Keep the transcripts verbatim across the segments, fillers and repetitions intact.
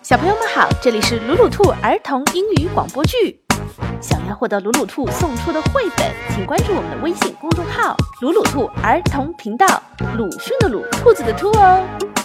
小朋友们好，这里是鲁鲁兔儿童英语广播剧。想要获得鲁鲁兔送出的绘本，请关注我们的微信公众号鲁鲁兔儿童频道，鲁迅的鲁，兔子的兔哦。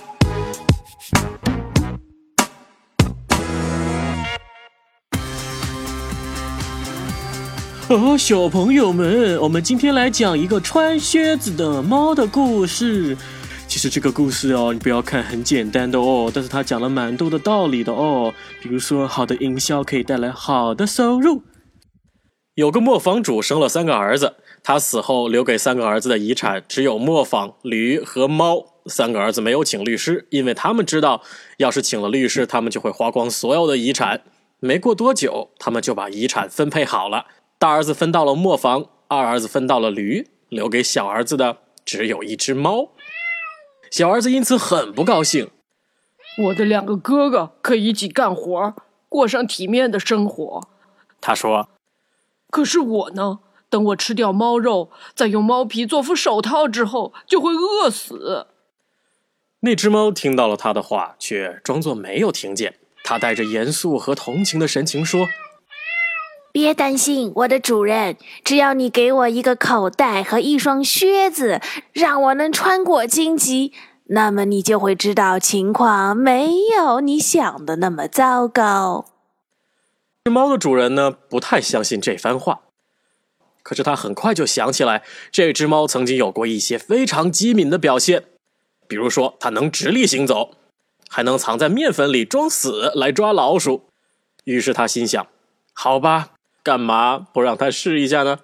哦，小朋友们，我们今天来讲一个穿靴子的猫的故事。其实这个故事哦，你不要看很简单的哦，但是它讲了蛮多的道理的哦。比如说，好的营销可以带来好的收入。有个磨坊主生了三个儿子，他死后留给三个儿子的遗产只有磨坊、驴和猫。三个儿子没有请律师，因为他们知道，要是请了律师，他们就会花光所有的遗产。没过多久，他们就把遗产分配好了。大儿子分到了磨坊，二儿子分到了驴，留给小儿子的只有一只猫。小儿子因此很不高兴， 我的两个哥哥可以一起干活，过上体面的生活。 他说， 可是我呢，等我吃掉猫肉，再用猫皮做副手套之后，就会饿死。 那只猫听到了他的话，却装作没有听见。他带着严肃和同情的神情说， 别担心，我的主人，只要你给我一个口袋和一双靴子，让我能穿过荆棘，那么你就会知道情况没有你想的那么糟糕。 猫的主人呢，不太相信这番话。可是他很快就想起来，这只猫曾经有过一些非常机敏的表现，比如说它能直立行走，还能藏在面粉里装死来抓老鼠。于是他心想，好吧，干嘛不让他试一下呢？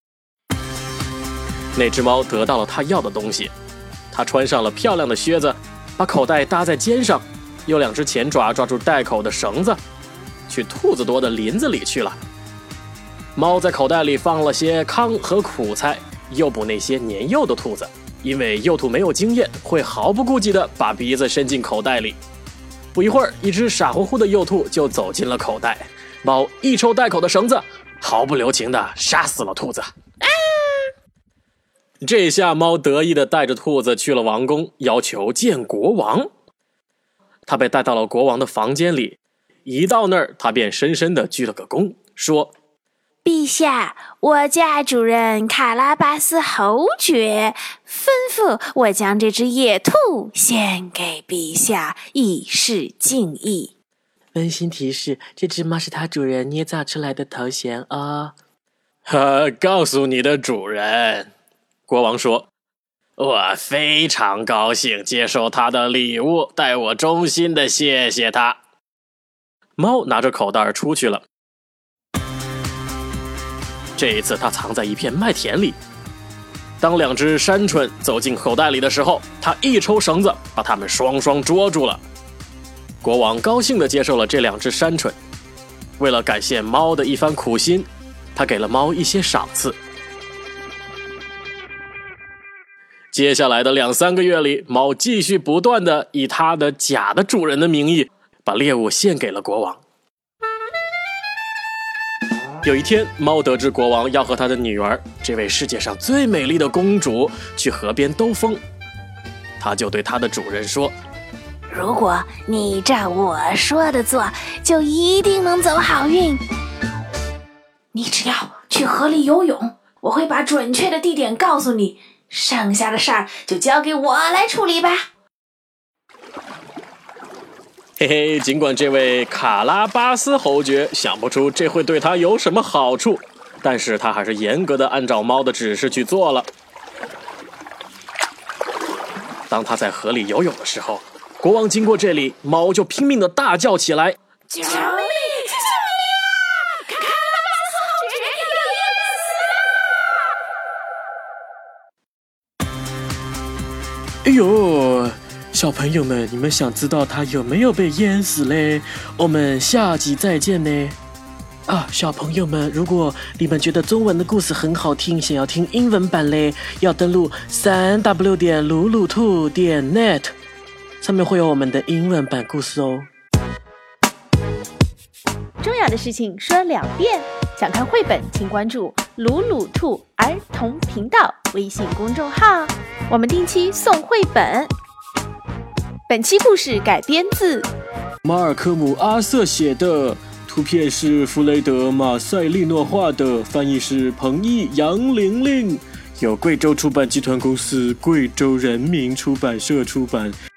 那只猫得到了他要的东西，他穿上了漂亮的靴子，把口袋搭在肩上，用两只前爪抓住袋口的绳子，去兔子多的林子里去了。猫在口袋里放了些糠和苦菜，诱捕那些年幼的兔子，因为幼兔没有经验，会毫不顾忌地把鼻子伸进口袋里。不一会儿，一只傻乎乎的幼兔就走进了口袋，猫一抽袋口的绳子，毫不留情地杀死了兔子。啊！这下猫得意地带着兔子去了王宫，要求见国王。他被带到了国王的房间里，一到那儿，他便深深地鞠了个躬，说， 陛下，我家主人卡拉巴斯侯爵吩咐我将这只野兔献给陛下，以示敬意。 温馨提示，这只猫是它主人捏造出来的头衔哦。呃，告诉你的主人，国王说，我非常高兴接受他的礼物，代我衷心的谢谢他。猫拿着口袋出去了。这一次他藏在一片麦田里。当两只山鹑走进口袋里的时候，他一抽绳子，把它们双双捉住了。国王高兴地接受了这两只山鹑，为了感谢猫的一番苦心，他给了猫一些赏赐。接下来的两三个月里，猫继续不断地以它的假的主人的名义，把猎物献给了国王。有一天，猫得知国王要和他的女儿，这位世界上最美丽的公主，去河边兜风，他就对他的主人说， 如果你照我说的做，就一定能走好运。你只要去河里游泳，我会把准确的地点告诉你，剩下的事儿就交给我来处理吧。 嘿嘿，尽管这位卡拉巴斯侯爵想不出这会对他有什么好处，但是他还是严格的按照猫的指示去做了。当他在河里游泳的时候，国王经过这里，猫就拼命的大叫起来， 救命！救命啊！卡拉巴斯侯爵要淹死了！ 哎呦，小朋友们，你们想知道他有没有被淹死嘞？我们下集再见呢。啊，小朋友们，如果你们觉得中文的故事很好听，想要听英文版嘞，要登录 三 w 点鲁鲁兔点 net， 上面会有我们的英文版故事哦。 重要的事情说两遍，想看绘本请关注鲁鲁兔儿童频道微信公众号，我们定期送绘本。本期故事改编自马尔科姆·阿瑟写的，图片是弗雷德·马塞利诺画的，翻译是彭毅、杨玲玲，由贵州出版集团公司贵州人民出版社出版。